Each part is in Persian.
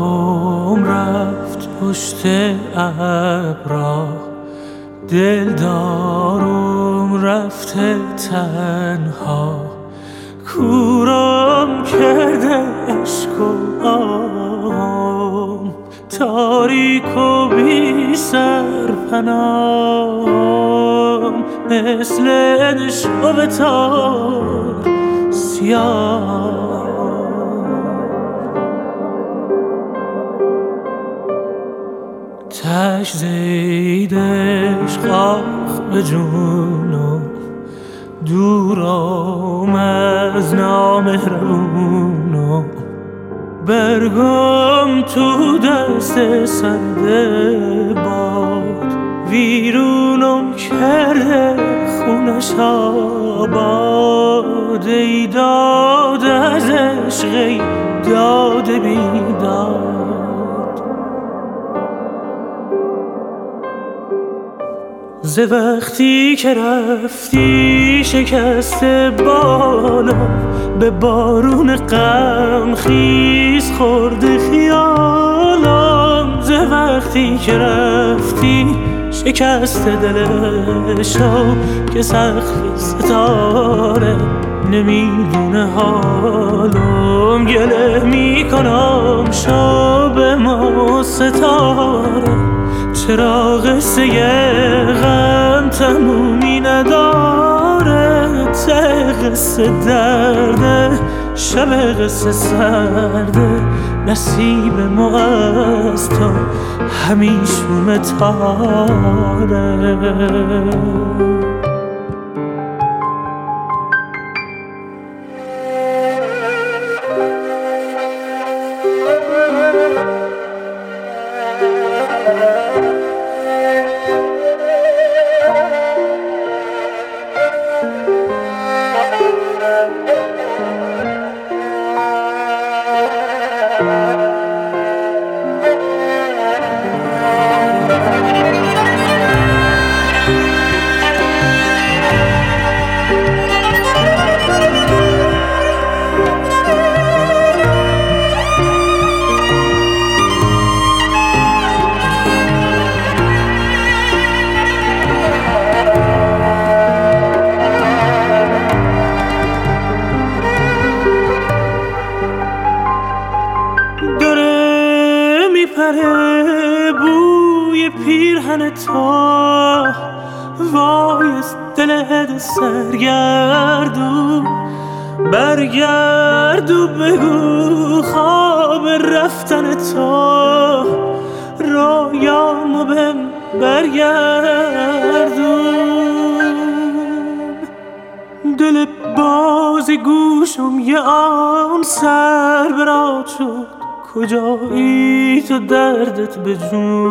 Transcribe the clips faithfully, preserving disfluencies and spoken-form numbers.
عمر رفت پشت ابرا، دلدارم رفته تنها، کورم کرده عشق و آهم، تاریک و بی سرپناهم، مثل نشو تار سیاه. تش زید عشق آخ به جونم، دورم از نامهربونم، برگم تو دست سرد باد، ویرونم کرده خونش آباد. ای داد از عشق، ای داد بیداد، ز وقتی که رفتی شکسته بالا، به بارون غم خیز خورده خیالم. ز وقتی که رفتی شکسته دلشو، که سقف ستاره نمیدونه حالم. گله میکنم شب ما ستاره، چرا قصه غم تمومی نداره. ته قصه درده، شب قصه سرده، نصیب ما از تو همیشون تاره. بوی پیرهن تو، وای از دل سرگردو، برگردو بگو خواب رفتن تو، رویامو بهم برگردون. دل باز گوشم یه آن سر برات شد، کجایی تو دردت به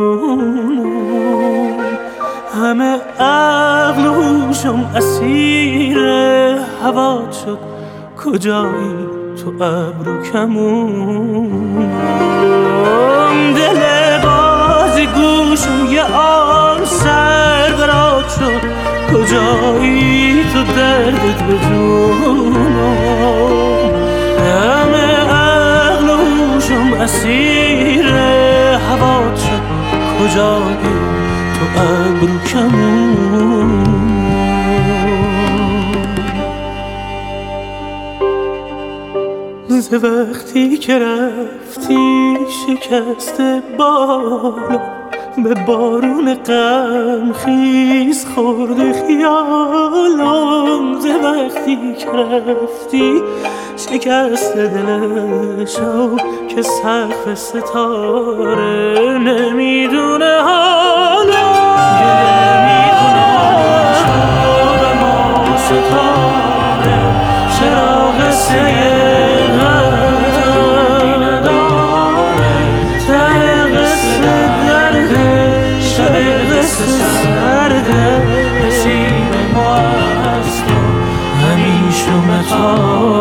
جونم. همه عقل و هوشم اسیر هوات شد، کجایی تو ابر و کمونم. دل باز گوشم یه آن سر برات شد، کجایی تو دردت به جونم. همه اسیر هوات شد، کجایی تو ابرو کمون. ز وقتی که رفتی شکسته بالا، به بارون غم خیز خورده خیالم. ز وقتی که رفتی شکسته دلشو، که سقف ستاره نمیدونه حالم. گله میکنم شب ما ستاره، چرا قصه غم نداره. ته قصه درده، شب قصه سرده، نصیب ما از تو همیشه متاره.